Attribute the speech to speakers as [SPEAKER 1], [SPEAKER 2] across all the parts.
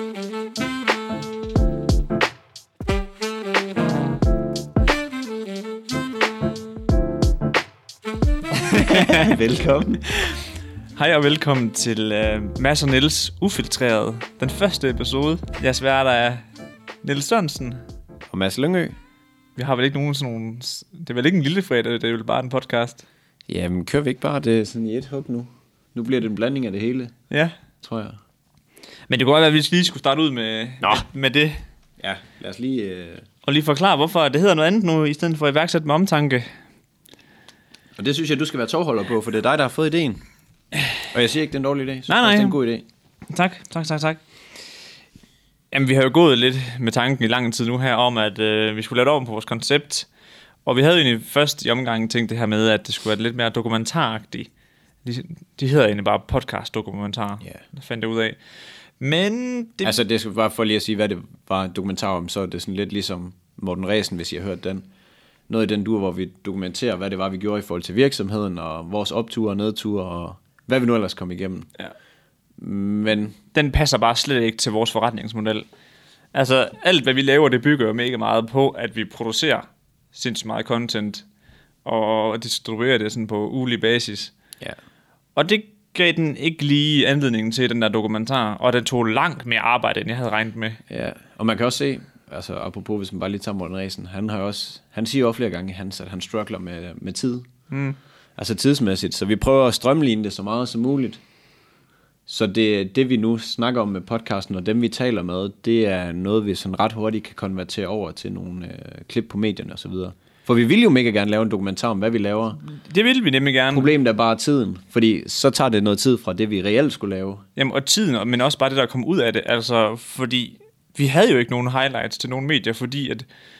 [SPEAKER 1] Velkommen.
[SPEAKER 2] Hej og velkommen til Mads og Niels Ufiltreret. Den første episode. Jeg sværer, der er Niels Sørensen
[SPEAKER 1] Og Mads Lyngø.
[SPEAKER 2] Vi har vel ikke nogen sådan nogle... Det er vel ikke en lille fredag, det er vel bare en podcast.
[SPEAKER 1] Jamen, kører vi ikke bare det sådan i et hug nu? Nu bliver det en blanding af det hele.
[SPEAKER 2] Ja.
[SPEAKER 1] Tror jeg.
[SPEAKER 2] Men det kunne godt være, at vi lige skulle starte ud med det.
[SPEAKER 1] Ja, lad os lige...
[SPEAKER 2] Og lige forklare, hvorfor det hedder noget andet nu, i stedet for iværksætte med omtanke.
[SPEAKER 1] Og det synes jeg, du skal være tovholder på, for det er dig, der har fået ideen. Og jeg siger ikke, det er en dårlig idé. Jeg synes
[SPEAKER 2] Nej.
[SPEAKER 1] det er en god idé.
[SPEAKER 2] Tak. Jamen, vi har jo gået lidt med tanken i lang tid nu her om, at vi skulle lave det om på vores koncept. Og vi havde jo egentlig først i omgangen tænkt det her med, at det skulle være lidt mere dokumentaragtigt. De hedder egentlig bare podcast-dokumentar.
[SPEAKER 1] Ja.
[SPEAKER 2] Det fandt jeg ud af. Men det...
[SPEAKER 1] Altså, det skal bare for lige at sige, hvad det var en dokumentar om, så er det sådan lidt ligesom Morten Ræsen, hvis I har hørt den. Noget i den dur, hvor vi dokumenterer, hvad det var, vi gjorde i forhold til virksomheden, og vores opture og nedture, og hvad vi nu ellers kom igennem.
[SPEAKER 2] Ja.
[SPEAKER 1] Men
[SPEAKER 2] den passer bare slet ikke til vores forretningsmodel. Altså, alt hvad vi laver, det bygger jo mega meget på, at vi producerer sindssygt meget content, og distribuerer det sådan på ugelig basis.
[SPEAKER 1] ja,
[SPEAKER 2] Og det gav den ikke lige anledningen til den der dokumentar, og den tog langt mere arbejde, end jeg havde regnet med.
[SPEAKER 1] ja, og man kan også se, altså apropos, hvis man bare lige tager Morten Ræsen, han siger jo flere gange, at han struggler med tid. Altså tidsmæssigt, så vi prøver at strømline det så meget som muligt. Så det vi nu snakker om med podcasten, og dem vi taler med, det er noget, vi sådan ret hurtigt kan konvertere over til nogle klip på medierne og så videre. For vi vil jo mega gerne lave en dokumentar om, hvad vi laver.
[SPEAKER 2] Det vil vi nemlig gerne.
[SPEAKER 1] Problemet er bare tiden, fordi så tager det noget tid fra det, vi reelt skulle lave.
[SPEAKER 2] Jamen, og tiden, men også bare det, der kom ud af det. Altså, fordi vi havde jo ikke nogen highlights til nogle medier, fordi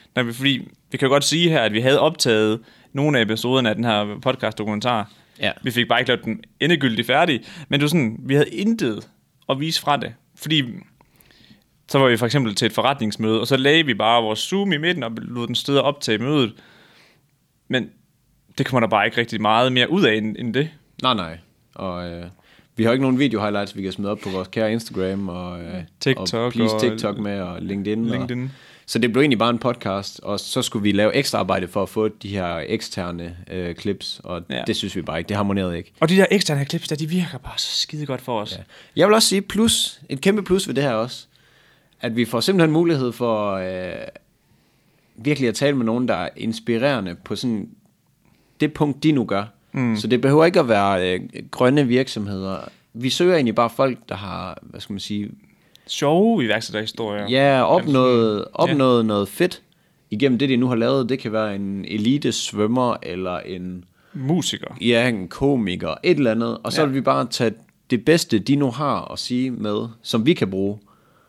[SPEAKER 2] vi kan godt sige her, at vi havde optaget nogle af episoderne af den her podcast-dokumentar.
[SPEAKER 1] Ja.
[SPEAKER 2] Vi fik bare ikke lavet den endegyldigt færdig, men det var sådan, vi havde intet at vise fra det. Fordi så var vi for eksempel til et forretningsmøde, og så lagde vi bare vores Zoom i midten og lod den stede op til mødet. Men det kommer der bare ikke rigtig meget mere ud af end det.
[SPEAKER 1] Nej. Og vi har ikke nogen video-highlights, vi kan smide op på vores kære Instagram og
[SPEAKER 2] TikTok,
[SPEAKER 1] og TikTok med og LinkedIn. Så det blev egentlig bare en podcast, og så skulle vi lave ekstra arbejde for at få de her eksterne clips, og det synes vi bare ikke, det harmonerede ikke.
[SPEAKER 2] Og de der eksterne clips der, de virker bare så skide godt for os.
[SPEAKER 1] Ja. Jeg vil også sige et kæmpe plus ved det her også, at vi får simpelthen mulighed for virkelig at tale med nogen, der er inspirerende på sådan det punkt, de nu gør. Så det behøver ikke at være grønne virksomheder. Vi søger egentlig bare folk, der har, hvad skal man sige,
[SPEAKER 2] sjove iværksætterhistorier.
[SPEAKER 1] Ja, opnået noget fedt igennem det, de nu har lavet. Det kan være en elite svømmer, eller en
[SPEAKER 2] musiker.
[SPEAKER 1] Ja, en komiker, et eller andet. Og så vil vi bare tage det bedste, de nu har at sige med, som vi kan bruge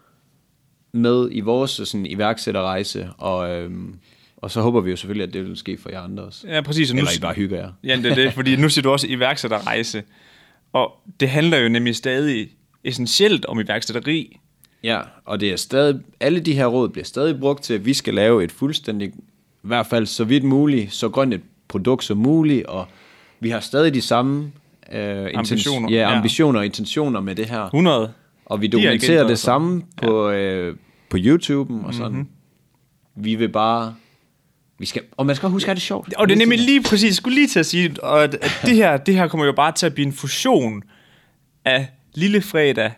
[SPEAKER 1] med i vores sådan, iværksætterrejse. Og så håber vi jo selvfølgelig, at det vil ske for jer andre også.
[SPEAKER 2] Ja, præcis.
[SPEAKER 1] Eller I bare hygger jer.
[SPEAKER 2] Ja, det er det, fordi nu siger du også iværksætterrejse. Og det handler jo nemlig stadig essentielt om iværksætteri.
[SPEAKER 1] Ja, og det er stadig, alle de her råd bliver stadig brugt til, at vi skal lave et fuldstændig, i hvert fald så vidt muligt, så grønt et produkt som muligt, og vi har stadig de samme ambitioner og intentioner med det her.
[SPEAKER 2] 100.
[SPEAKER 1] Og vi dokumenterer det samme på YouTube'en og sådan. Vi vil bare... Og man skal huske, at det er sjovt.
[SPEAKER 2] Og det er nemlig lige præcis, skulle lige til at sige, at det her kommer jo bare til at blive en fusion af Lille Fredag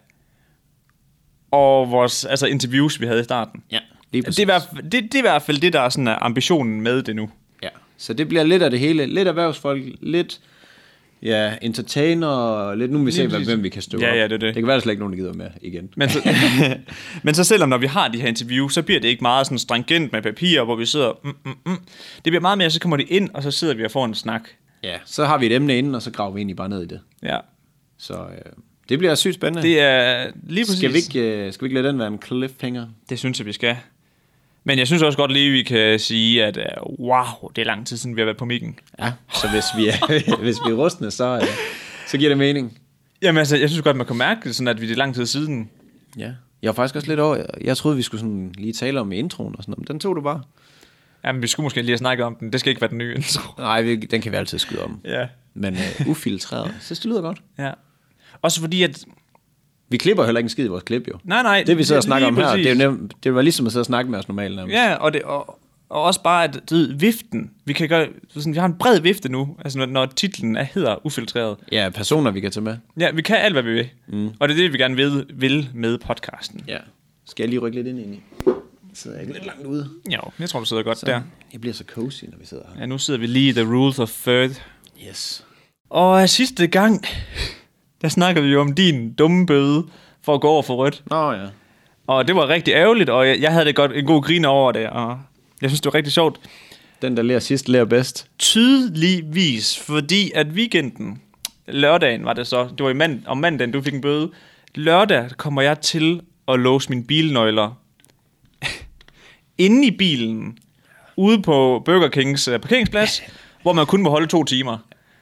[SPEAKER 2] og vores interviews, vi havde i starten.
[SPEAKER 1] Ja, lige præcis.
[SPEAKER 2] Det er i hvert fald det, der er sådan ambitionen med det nu.
[SPEAKER 1] Ja, så det bliver lidt af det hele. Lidt erhvervsfolk, lidt entertainer, lidt nu vil vi se, hvem vi kan stå op.
[SPEAKER 2] Ja, det.
[SPEAKER 1] Det kan være, der slet ikke nogen, der gider mere igen.
[SPEAKER 2] Men så selvom når vi har de her interviews, så bliver det ikke meget sådan stringent med papir, hvor vi sidder... Det bliver meget mere, så kommer de ind, og så sidder vi og får en snak.
[SPEAKER 1] Ja, så har vi et emne inden, og så graver vi egentlig bare ned i det.
[SPEAKER 2] Ja.
[SPEAKER 1] Så det bliver sygt spændende.
[SPEAKER 2] Det er lige præcis...
[SPEAKER 1] Skal vi ikke lade den være en cliffhanger?
[SPEAKER 2] Det synes jeg, vi skal. Men jeg synes også godt lige, vi kan sige, at wow, det er lang tid siden, vi har været på mikken.
[SPEAKER 1] Ja, så hvis vi er rustne, så giver det mening.
[SPEAKER 2] Jamen altså, jeg synes godt, man kan mærke det, sådan, at det er lang tid siden.
[SPEAKER 1] Ja, jeg var faktisk også lidt over. Jeg troede, vi skulle sådan lige tale om introen og sådan noget, men den tog du bare.
[SPEAKER 2] Jamen, vi skulle måske lige have snakket om den. Det skal ikke være den nye intro.
[SPEAKER 1] Nej, den kan vi altid skyde om.
[SPEAKER 2] Ja.
[SPEAKER 1] Men ufiltreret, så det lyder godt.
[SPEAKER 2] Ja. Også fordi, at
[SPEAKER 1] Vi klipper heller ikke en skid i vores klip, jo.
[SPEAKER 2] Nej.
[SPEAKER 1] Det vi sidder og snakker om her,
[SPEAKER 2] præcis.
[SPEAKER 1] det var ligesom at sidde og snakke med os normalt. Nærmest.
[SPEAKER 2] Ja, og også bare, at viften, vi kan gøre, sådan, vi har en bred vifte nu, altså når titlen hedder Ufiltreret.
[SPEAKER 1] Ja, personer, vi kan tage med.
[SPEAKER 2] Ja, vi kan alt, hvad vi vil. Og det er det, vi gerne vil med podcasten.
[SPEAKER 1] Ja. Skal jeg lige rykke lidt ind i? Sidder jeg lidt langt ude?
[SPEAKER 2] Jo, jeg tror, du sidder godt der.
[SPEAKER 1] Jeg bliver så cozy, når vi sidder her.
[SPEAKER 2] Ja, nu sidder vi lige i The Rules of Third.
[SPEAKER 1] Yes.
[SPEAKER 2] Og sidste gang, der snakker vi jo om din dumme bøde for at gå over for rødt.
[SPEAKER 1] Nå ja.
[SPEAKER 2] Og det var rigtig ærgerligt, og jeg havde det godt en god grin over det, og jeg synes, det var rigtig sjovt.
[SPEAKER 1] Den, der lærer sidst, lærer bedst.
[SPEAKER 2] Tydeligvis, fordi at weekenden, lørdagen var det så, det var om mandagen, du fik en bøde. Lørdag kommer jeg til at låse mine bilnøgler inde i bilen, ude på Burger Kings parkeringsplads, hvor man kun må holde 2 timer.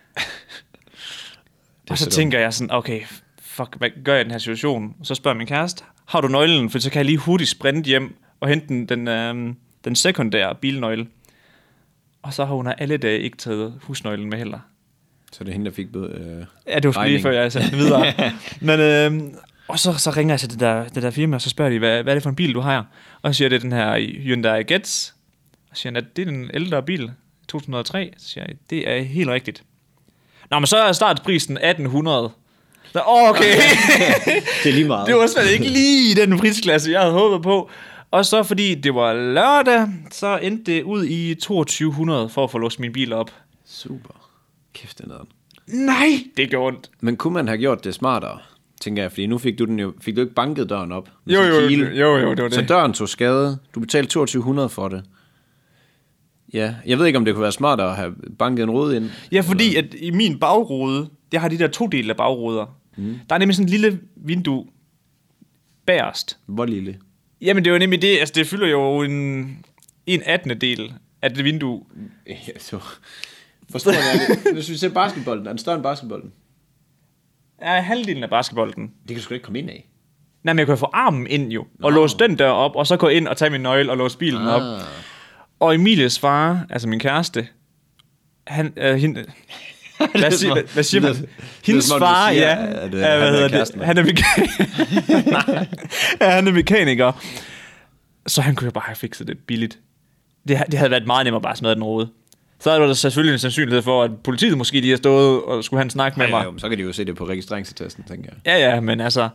[SPEAKER 2] Og så tænker jeg sådan, okay, fuck, hvad gør jeg i den her situation? Så spørger min kæreste, har du nøglen? For så kan jeg lige hurtigt sprinte hjem og hente den sekundære bilnøgle. Og så har hun alle dage ikke taget husnøglen med heller.
[SPEAKER 1] Så det er hende, der fik
[SPEAKER 2] ja, det var lige før jeg sendte den videre. Men, og så ringer jeg til det der firma, og så spørger de, hvad er det for en bil, du har? Og så siger det den her Hyundai Getz. Og så siger han, at det er den ældre bil, 2003. Så siger jeg, det er helt rigtigt. Nå, men så er startprisen 1800. Så, okay.
[SPEAKER 1] Det er lige meget.
[SPEAKER 2] Det var slet ikke lige den prisklasse, jeg havde håbet på. Og så fordi det var lørdag, så endte det ud i 2200 for at få låst min bil op.
[SPEAKER 1] Super. Kæft, den er.
[SPEAKER 2] Nej, det gjorde ondt.
[SPEAKER 1] Men kunne man have gjort det smartere, tænker jeg, fordi nu fik du ikke banket døren op.
[SPEAKER 2] Jo, det var det.
[SPEAKER 1] Så døren tog skade. Du betalte 2200 for det. Ja, jeg ved ikke, om det kunne være smartere at have banket en rude ind.
[SPEAKER 2] Ja, fordi at i min bagrude, jeg har de der 2 dele af bagruder. Der er nemlig sådan et lille vindue bagerst.
[SPEAKER 1] Hvor lille?
[SPEAKER 2] Jamen, det er jo nemlig det. Altså, det fylder jo en 18. del af det vindue.
[SPEAKER 1] Ja, så forstår jeg det. Hvis vi ser basketbolden, er den større end basketbolden?
[SPEAKER 2] Ja, halvdelen af basketbolden.
[SPEAKER 1] Det kan du sgu ikke komme ind af.
[SPEAKER 2] Nej, men jeg kan få armen ind jo, og låse den der op, og så gå ind og tage min nøgle og låse bilen op. Og Emilies far, altså min kæreste, han... Hvad siger man? Hendes far, ja. Han er mekaniker. Han er mekaniker. Så han kunne jo bare have fikset det billigt. Det havde været meget nemmere bare at smadre den rode. Så er der selvfølgelig en sandsynlighed for, at politiet måske lige har stået og skulle have en snak med mig.
[SPEAKER 1] Jo, så kan de jo se det på registreringsattesten, tænker jeg.
[SPEAKER 2] Ja, men altså...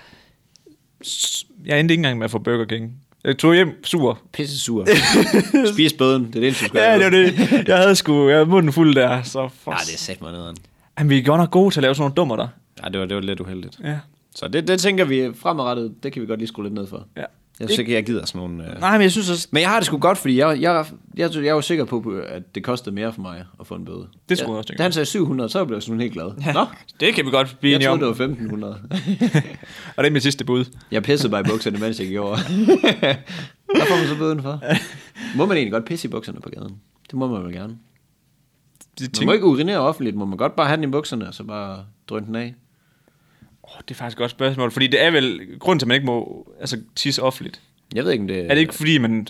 [SPEAKER 2] Jeg endte ikke engang med at få Burger King. Jeg tog hjem sur.
[SPEAKER 1] Pisse sur. Spis bøden, det er det eneste, du skal.
[SPEAKER 2] Ja, det var det. Jeg havde munden fuld der, så...
[SPEAKER 1] Ja, det er sat mig nederen.
[SPEAKER 2] Han vi er godt nok gode til at lave sådan nogle dummer der.
[SPEAKER 1] Ja, det var lidt uheldigt.
[SPEAKER 2] Ja.
[SPEAKER 1] Så det tænker vi fremadrettet, det kan vi godt lige skrue lidt ned for.
[SPEAKER 2] Ja.
[SPEAKER 1] Jeg synes ikke, jeg gider sådan nogle...
[SPEAKER 2] Nej, men jeg synes også...
[SPEAKER 1] Men jeg har det sgu godt, fordi jeg var sikker på, at det kostede mere for mig at få en bøde.
[SPEAKER 2] Det skulle jeg også tænke.
[SPEAKER 1] Da han sagde 700, så blev jeg sådan helt glad.
[SPEAKER 2] Ja,
[SPEAKER 1] nå,
[SPEAKER 2] det kan vi godt blive enige om.
[SPEAKER 1] Jeg troede, det var 1500.
[SPEAKER 2] Og det er mit sidste bud.
[SPEAKER 1] Jeg pissede bare i bukserne, mens jeg gik over. Hvad får man så bøden for? Må man egentlig godt pisse i bukserne på gaden? Det må man vel gerne. Man må ikke urinere offentligt. Må man godt bare have den i bukserne, og så bare drøne den af?
[SPEAKER 2] Det er faktisk et godt spørgsmål, fordi det er vel grunden til, at man ikke må tisse offentligt.
[SPEAKER 1] Jeg ved ikke, om det...
[SPEAKER 2] Er det ikke, fordi man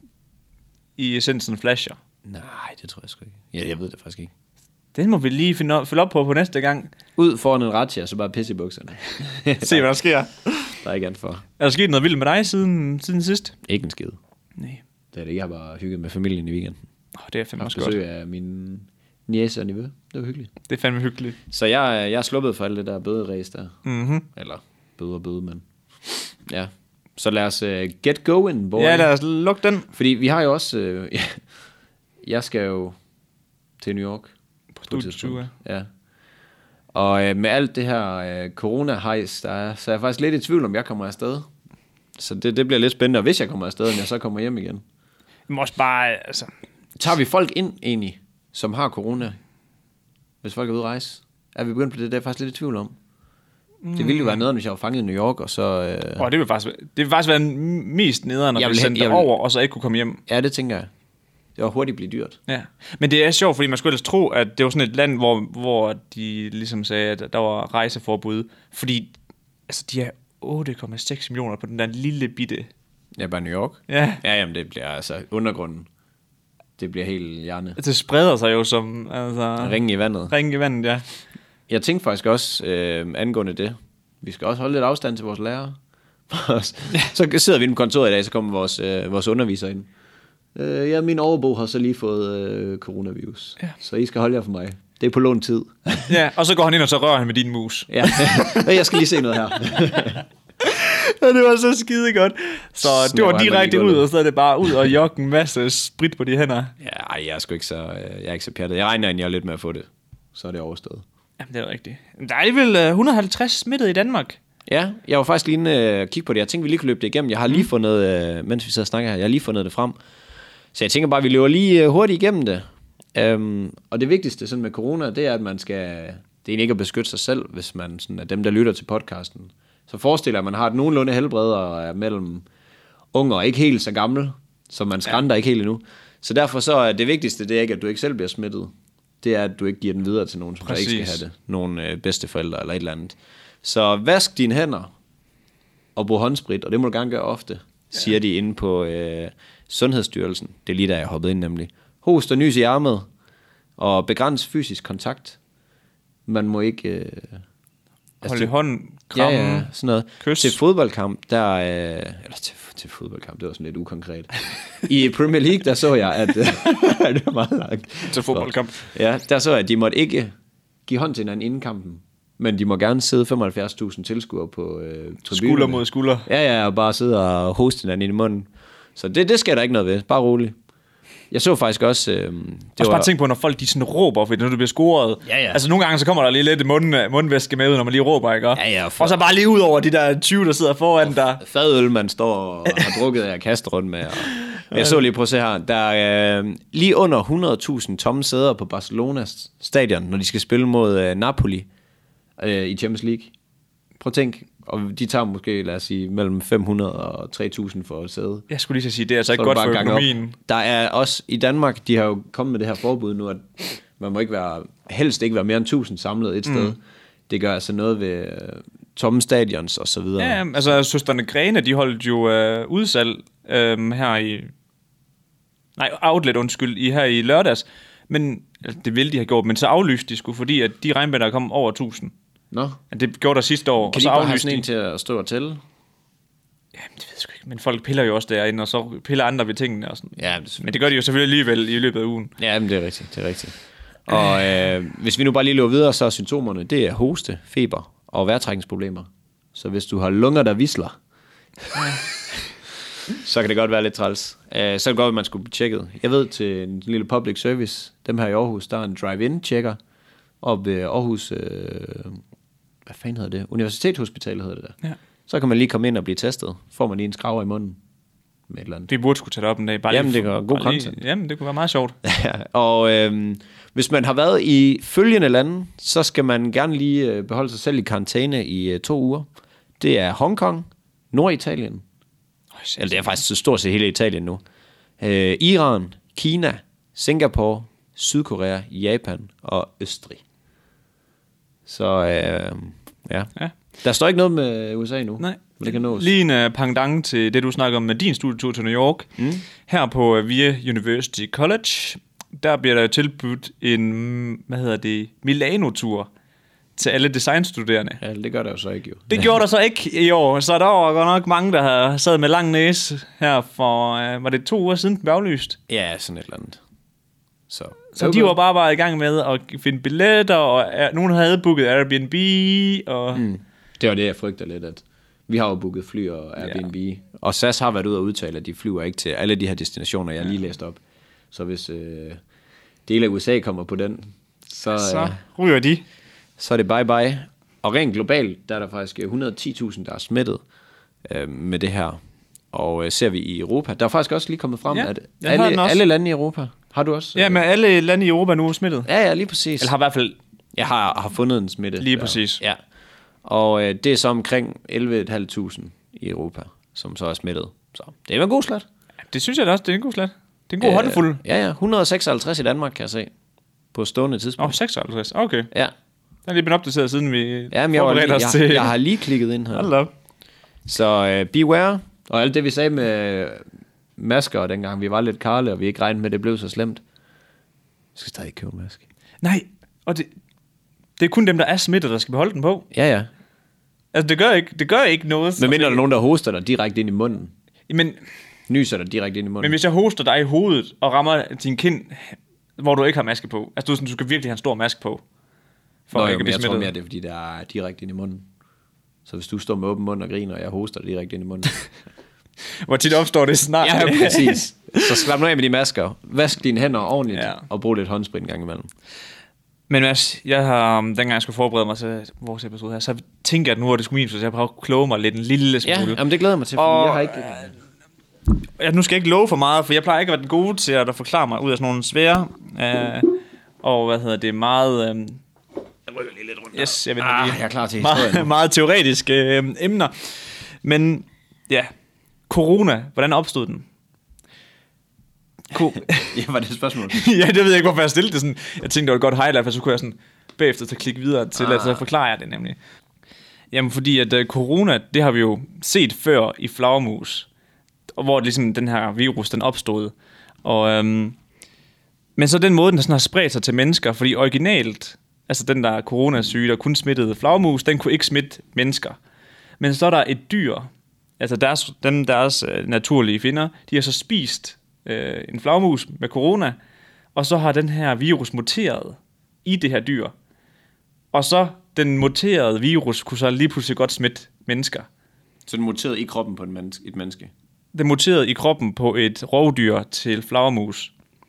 [SPEAKER 2] i essensen flasher?
[SPEAKER 1] Nej, det tror jeg sgu ikke. Ja, jeg ved det faktisk ikke.
[SPEAKER 2] Det må vi lige følge op på næste gang.
[SPEAKER 1] Ud foran en razzia, så bare pisse i bukserne.
[SPEAKER 2] Se, hvad der sker.
[SPEAKER 1] Der er ikke andet for.
[SPEAKER 2] Er der sket noget vildt med dig siden sidst?
[SPEAKER 1] Ikke en skid.
[SPEAKER 2] Nej.
[SPEAKER 1] Det er det. Jeg har bare hygget med familien i weekenden.
[SPEAKER 2] Det er fandme også godt.
[SPEAKER 1] Besøg af min niece og nevø. Det var hyggeligt.
[SPEAKER 2] Det er fandme hyggeligt.
[SPEAKER 1] Så jeg er sluppet for alt det der bøderæs der.
[SPEAKER 2] Mm-hmm.
[SPEAKER 1] Eller bøde, men... Ja. Så lad os get going, boy.
[SPEAKER 2] Ja, lad os lukke den.
[SPEAKER 1] Fordi vi har jo også... jeg skal jo til New York.
[SPEAKER 2] På studietur.
[SPEAKER 1] Ja. Og med alt det her corona-hejs, der er, så er jeg faktisk lidt i tvivl, om jeg kommer afsted. Så det bliver lidt spændende, og hvis jeg kommer afsted, om jeg så kommer hjem igen.
[SPEAKER 2] Vi må også bare,
[SPEAKER 1] Tager vi folk ind egentlig, som har corona, hvis folk er ude at rejse? Er vi begyndt på det? Det er jeg faktisk lidt i tvivl om. Det ville jo være nederen, hvis jeg var fanget i New York, og så...
[SPEAKER 2] det vil faktisk være mest nederen, at blive sendt over, og så ikke kunne komme hjem.
[SPEAKER 1] Ja, det tænker jeg. Det var hurtigt blive dyrt.
[SPEAKER 2] Ja, men det er sjovt, fordi man skulle ellers tro, at det var sådan et land, hvor de ligesom sagde, at der var rejseforbud. Fordi de er 8,6 millioner på den der lille bitte...
[SPEAKER 1] Ja, bare New York?
[SPEAKER 2] Ja.
[SPEAKER 1] Ja, jamen det bliver undergrunden. Det bliver helt hjerne.
[SPEAKER 2] Det spreder sig jo som...
[SPEAKER 1] Ringen i vandet.
[SPEAKER 2] Ringen i vandet, ja.
[SPEAKER 1] Jeg tænkte faktisk også angående det. Vi skal også holde lidt afstand til vores lærere. Så sidder vi inde på kontoret i dag, så kommer vores underviser ind. Ja, min overbo har så lige fået coronavirus. Ja. Så I skal holde jer for mig. Det er på lånt tid.
[SPEAKER 2] Ja, og så går han ind, og så rører han med din mus.
[SPEAKER 1] Ja, jeg skal lige se noget her.
[SPEAKER 2] Ja, det var så skide godt. Så det var direkte ud, og så er det bare ud og jogge en masse sprit på de hænder.
[SPEAKER 1] Ja, jeg er ikke så pjattet. Jeg regner egentlig lidt med at få det. Så er det overstået.
[SPEAKER 2] Jamen, det er rigtigt. Der er vel 150 smittet i Danmark.
[SPEAKER 1] Ja, jeg var faktisk lige inde og kigge på det. Jeg tænkte, vi lige kunne løbe det igennem. Jeg har lige fundet, mens vi sidder og snakker her, jeg har lige fundet det frem. Så jeg tænker bare, at vi løber lige hurtigt igennem det. Og det vigtigste sådan med corona, det er, at man skal... Det er egentlig ikke at beskytte sig selv, hvis man sådan er dem, der lytter til podcasten. Så forestil dig, at man har et nogenlunde helbred og er mellem unge og ikke helt så gammel, så man skrænter ikke helt endnu. Så derfor så er det vigtigste, det er ikke, at du ikke selv bliver smittet. Det er, at du ikke giver den videre til nogen, som der ikke skal have det. Nogle bedsteforældre eller et eller andet. Så vask dine hænder og brug håndsprit, og det må du gerne gøre ofte, siger de inde på Sundhedsstyrelsen. Det er lige der, jeg hoppede ind nemlig. Host og nys i armet, og begræns fysisk kontakt. Man må ikke...
[SPEAKER 2] holde i hånden, kramme,
[SPEAKER 1] ja, sådan noget.
[SPEAKER 2] Kys.
[SPEAKER 1] Til fodboldkamp, der... eller til fodboldkamp, det var sådan lidt ukonkret. I Premier League, der så jeg, at... det var meget langt.
[SPEAKER 2] Til fodboldkamp.
[SPEAKER 1] Ja, der så jeg, at de måtte ikke give hånd til hinanden inden kampen. Men de må gerne sidde 75.000 tilskuere på tribunerne.
[SPEAKER 2] Skulder mod skulder.
[SPEAKER 1] Ja, og bare sidde og hoste hinanden ind i munden. Så det sker der ikke noget ved. Bare roligt. Jeg så faktisk også...
[SPEAKER 2] også bare tænk på, når folk de sådan råber, fordi når du bliver scoret.
[SPEAKER 1] Ja.
[SPEAKER 2] Altså nogle gange, så kommer der lige lidt mundvæske med ud, når man lige råber, ikke?
[SPEAKER 1] Ja,
[SPEAKER 2] og så bare lige ud over de der 20, der sidder foran der.
[SPEAKER 1] Fadøl, man står og har drukket af og kastet rundt med. Og jeg så lige, prøv at se her. Der er lige under 100.000 tomme sæder på Barcelonas stadion, når de skal spille mod Napoli i Champions League. Prøv at tænk. Og de tager måske, lad os sige, mellem 500 og 3.000 for at sæde.
[SPEAKER 2] Jeg skulle lige sige, det er altså ikke godt for økonomien.
[SPEAKER 1] Der er også i Danmark, de har jo kommet med det her forbud nu, at man må ikke helst ikke være mere end 1.000 samlet et sted. Det gør altså noget ved tomme stadions og så videre.
[SPEAKER 2] Ja, altså søsterne Grene, de holdt jo udsalg her i... Nej, outlet, her i lørdags. Men altså, det ville de have gjort, men så aflyste de sgu, fordi at de regnbænder kom over 1.000.
[SPEAKER 1] Nå.
[SPEAKER 2] Det gjorde der sidste år.
[SPEAKER 1] Kan de bare have sådan en til at stå og tælle?
[SPEAKER 2] Jamen, det ved jeg sgu ikke. Men folk piller jo også derinde, og så piller andre ved tingene og sådan.
[SPEAKER 1] Ja,
[SPEAKER 2] men det gør de jo selvfølgelig alligevel i løbet af ugen.
[SPEAKER 1] Ja, men det er rigtigt. Og hvis vi nu bare lige løber videre, så er symptomerne, det er hoste, feber og vejrtrækningsproblemer. Så hvis du har lunger, der visler, så kan det godt være lidt træls. Så kan det godt, at man skulle blive tjekket. Jeg ved til en lille public service, dem her i Aarhus, der er en drive-in-tjekker op ved Aarhus... hvad fanden hedder det? Universitetshospitalet hedder det der. Ja. Så kan man lige komme ind og blive testet. Får man lige en skraver i munden med et eller andet.
[SPEAKER 2] Vi burde skulle tage det op en dag.
[SPEAKER 1] Jamen, det er god content.
[SPEAKER 2] Jamen, det kunne være meget sjovt.
[SPEAKER 1] Ja, og hvis man har været i følgende lande, så skal man gerne lige beholde sig selv i karantæne i 2 uger. Det er Hongkong, Norditalien. Eller det er faktisk så stort set hele Italien nu. Iran, Kina, Singapore, Sydkorea, Japan og Østrig. Så ja. Der står ikke noget med USA nu.
[SPEAKER 2] Nej.
[SPEAKER 1] Men det kan nås.
[SPEAKER 2] Lige en pendant til det, du snakker om med din studietur til New York. Her på VIA University College, der bliver der tilbudt en, Milano-tur til alle designstuderende.
[SPEAKER 1] Ja, det gør der jo så ikke jo.
[SPEAKER 2] Det gjorde der så ikke i år, så der var godt nok mange, der har sad med lang næse her for, var det 2 uger siden, den blev aflyst?
[SPEAKER 1] Ja, sådan et eller andet.
[SPEAKER 2] Så de var bare i gang med at finde billetter, og nogen havde booket Airbnb, og...
[SPEAKER 1] Det var det, jeg frygter lidt, at vi har jo booket fly og Airbnb, og SAS har været ude og udtale, at de flyver ikke til alle de her destinationer, jeg lige læste op. Så hvis dele af USA kommer på den, så
[SPEAKER 2] ryger de.
[SPEAKER 1] Så er det bye-bye. Og rent globalt, der er der faktisk 110.000, der er smittet med det her. Og ser vi i Europa, der er faktisk også lige kommet frem, at alle lande i Europa... Har du også?
[SPEAKER 2] Ja, men alle lande i Europa nu er smittet.
[SPEAKER 1] Ja, lige præcis.
[SPEAKER 2] Eller har i hvert fald...
[SPEAKER 1] Jeg har fundet en smitte.
[SPEAKER 2] Lige præcis.
[SPEAKER 1] Ja. Og det er så omkring 11.500 i Europa, som så er smittet. Så det er en god slat.
[SPEAKER 2] Ja, det synes jeg da også, det er en god slat. Det er en god håndfuld.
[SPEAKER 1] Ja, 156 i Danmark, kan jeg se. På stående tidspunkt.
[SPEAKER 2] 56, okay.
[SPEAKER 1] Ja.
[SPEAKER 2] Den er lige blevet opdateret, siden vi
[SPEAKER 1] forberedte os til... Jeg har lige klikket ind her.
[SPEAKER 2] Hold op.
[SPEAKER 1] Så beware. Og alt det, vi sagde med... masker, dengang vi var lidt karle, og vi ikke regnede med, at det blev så slemt. Jeg skal stadig købe en maske.
[SPEAKER 2] Nej, og det er kun dem, der er smittet, der skal beholde den på.
[SPEAKER 1] Ja.
[SPEAKER 2] Altså, det gør ikke noget.
[SPEAKER 1] Men mindre der er nogen, der hoster dig direkte ind i munden.
[SPEAKER 2] Men,
[SPEAKER 1] Nyser dig direkte ind i munden.
[SPEAKER 2] men hvis jeg hoster dig i hovedet og rammer din kind, hvor du ikke har maske på, altså du skal virkelig have en stor maske på, for
[SPEAKER 1] Nå,
[SPEAKER 2] ikke
[SPEAKER 1] jo,
[SPEAKER 2] at
[SPEAKER 1] men
[SPEAKER 2] blive
[SPEAKER 1] jeg tror
[SPEAKER 2] smittet.
[SPEAKER 1] mere, det er fordi, der er direkte ind i munden. Så hvis du står med åben mund og griner, og jeg hoster dig direkte ind i munden.
[SPEAKER 2] Hvor tit opstår det snart.
[SPEAKER 1] Ja, præcis. Så slap nu af med de masker. Vask dine hænder ordentligt,
[SPEAKER 2] Ja.
[SPEAKER 1] og brug lidt håndsprit en gang imellem.
[SPEAKER 2] Men Mads, jeg har, dengang jeg skulle forberede mig til vores episode her, så tænkte jeg, at nu er det sgu min, så jeg prøver at kloge mig lidt en lille smule.
[SPEAKER 1] Ja, jamen det glæder jeg mig til, fordi
[SPEAKER 2] Og-
[SPEAKER 1] jeg har ikke...
[SPEAKER 2] Nu skal jeg ikke love for meget, for jeg plejer ikke at være den gode til at forklare mig ud af sådan nogle svære, og meget...
[SPEAKER 1] Jeg rykker lige lidt rundt.
[SPEAKER 2] Yes, jeg venter lige.
[SPEAKER 1] jeg er klar til historien.
[SPEAKER 2] Meget, meget teoretiske emner. Men ja, corona, hvordan opstod den?
[SPEAKER 1] Ja, var det et spørgsmål?
[SPEAKER 2] Ja, det ved jeg ikke, hvorfor jeg stillede det sådan. Jeg tænkte, det var et godt highlight, for så kunne jeg sådan bagefter til klikke videre til, at så forklarer jeg det nemlig. Jamen, fordi at corona, det har vi jo set før i flagermus, og hvor ligesom den her virus, den opstod. Og, men så den måde, den sådan har spredt sig til mennesker, fordi originalt, altså den der coronasyge, der kun smittede flagermus, den kunne ikke smitte mennesker. Men så er der et dyr, altså deres naturlige fjender, de har så spist en flagermus med corona, og så har den her virus muteret i det her dyr. Og så den muterede virus kunne så lige pludselig godt smitte mennesker.
[SPEAKER 1] Så den muterede i kroppen på et menneske?
[SPEAKER 2] Den muterede i kroppen på et rovdyr til flagermus.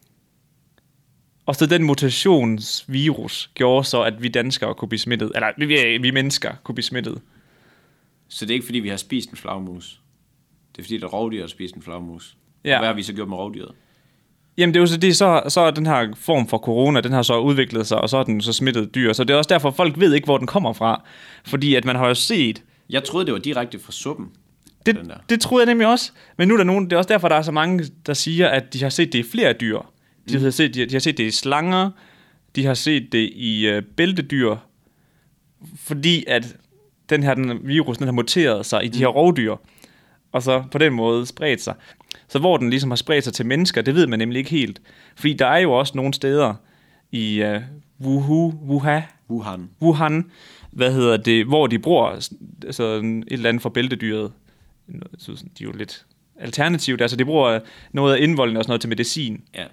[SPEAKER 2] Og så den mutationsvirus gjorde så, at vi danskere kunne blive smittet. Eller vi mennesker kunne blive smittet.
[SPEAKER 1] Så det er ikke fordi, vi har spist en flagermus? Det er fordi, der er rovdyr, der har spist en flagermus?
[SPEAKER 2] Ja.
[SPEAKER 1] Og hvad har vi så gjort med rovdyret?
[SPEAKER 2] Jamen det er jo så, så er den her form for corona, den har så udviklet sig, og så er den så smittet dyr. Så det er også derfor, folk ved ikke, hvor den kommer fra. Fordi at man har jo set...
[SPEAKER 1] Jeg troede, det var direkte fra suppen. Den der.
[SPEAKER 2] Det troede jeg nemlig også. Men nu er der nogen, det er også derfor, der er så mange, der siger, at de har set det i flere dyr. De har set det i slanger, de har set det i bæltedyr, fordi at den virus, den har muteret sig i de her rovdyr, og så på den måde spredt sig. Så hvor den ligesom har spredt sig til mennesker, det ved man nemlig ikke helt. Fordi der er jo også nogle steder i Wuhan, hvor de bruger altså et eller andet for bæltedyret. De er jo lidt alternativt, altså de bruger noget af indvoldene og sådan noget til medicin.
[SPEAKER 1] Ja.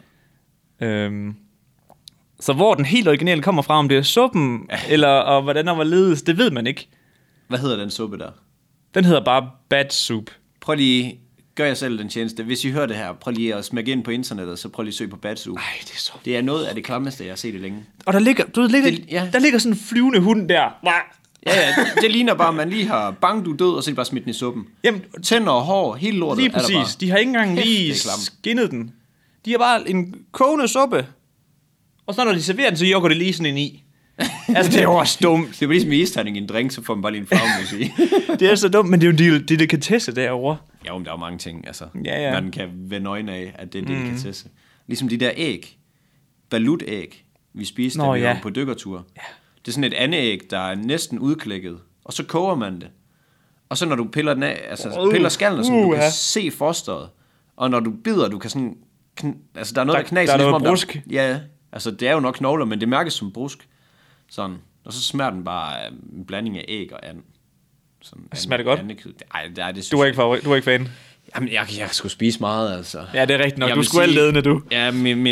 [SPEAKER 2] Så hvor den helt originale kommer fra, om det er suppen, og hvordan der var ledes, det ved man ikke.
[SPEAKER 1] Hvad hedder den suppe der?
[SPEAKER 2] Den hedder bare bat soup.
[SPEAKER 1] Prøv lige, gør jeg selv den tjeneste. Hvis I hører det her, prøv lige at smække ind på internettet, så prøv lige at søge på bat soup.
[SPEAKER 2] Ej, det er så...
[SPEAKER 1] Det er noget af det klammeste, jeg har set i længe.
[SPEAKER 2] Og der ligger, der ligger sådan en flyvende hund der.
[SPEAKER 1] Ja, det ligner bare, at man lige har bang, du er død, og så er det bare smidt den i suppen.
[SPEAKER 2] Jamen,
[SPEAKER 1] tænder og hår, hele lortet.
[SPEAKER 2] lige præcis.
[SPEAKER 1] Bare.
[SPEAKER 2] De har ikke engang lige skinnet den. De har bare en kogende suppe. Og så når de serverer den, så jokker det lige sådan ind i. Altså, det er jo også dumt.
[SPEAKER 1] Det er ligesom isterning i en drink, så får man bare lige en flagermus i.
[SPEAKER 2] Det er så dumt, men det er jo delikatesse derovre.
[SPEAKER 1] Ja, men der er jo mange ting, altså.
[SPEAKER 2] Ja.
[SPEAKER 1] Man kan vende øjne af, at det er en delikatesse. Ligesom de der æg. Balut-æg, vi spiste, da vi var på dykkertur. Ja. Det er sådan et andet æg, der er næsten udklækket. Og så koger man det. Og så når du piller den af, altså piller skallen, så du kan se fosteret. Og når du bider, du kan sådan... altså, der er noget, der knaser.
[SPEAKER 2] Der er noget brusk.
[SPEAKER 1] Ja, altså det er jo nok knogler, men det mærkes som brusk. Sådan. Og så smager den bare en blanding af æg og and.
[SPEAKER 2] Smager det godt?
[SPEAKER 1] Ej, det er det.
[SPEAKER 2] Du er ikke fan?
[SPEAKER 1] Jamen, jeg skulle spise meget, altså.
[SPEAKER 2] Ja, det er rigtigt nok. Du skulle alle ledende, du.
[SPEAKER 1] Ja,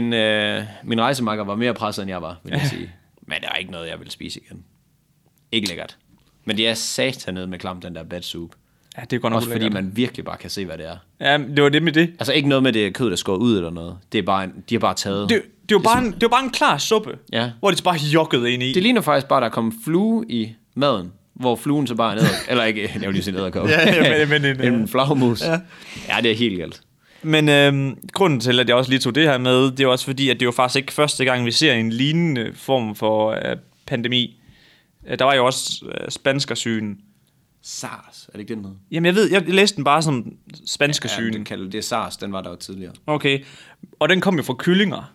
[SPEAKER 1] min rejsemakker var mere presset, end jeg var, vil jeg sige. Men det er ikke noget, jeg vil spise igen. Ikke lækkert. Men det er satanet med klam, den der bat soup.
[SPEAKER 2] Ja, det er godt nok
[SPEAKER 1] også fordi man virkelig bare kan se, hvad det er.
[SPEAKER 2] Ja, det var det med det.
[SPEAKER 1] Altså ikke noget med det kød, der skår ud eller noget. Det er bare de har bare taget...
[SPEAKER 2] Det var bare en klar suppe, hvor de så bare jokkede ind i.
[SPEAKER 1] Det ligner faktisk bare, at der er kommet flue i maden, hvor fluen så bare er ned. Eller ikke, jeg vil lige sige nederkop. Men en flagermus. Ja, det er helt galt.
[SPEAKER 2] Men grunden til, at jeg også lige tog det her med, det er også fordi, at det er jo faktisk ikke første gang, vi ser en lignende form for pandemi. Der var jo også spanskersygen.
[SPEAKER 1] SARS, er det ikke den noget?
[SPEAKER 2] Jamen jeg læste den bare som spanskersygen.
[SPEAKER 1] Ja, det er SARS, den var der jo tidligere.
[SPEAKER 2] Okay, og den kom jo fra kyllinger.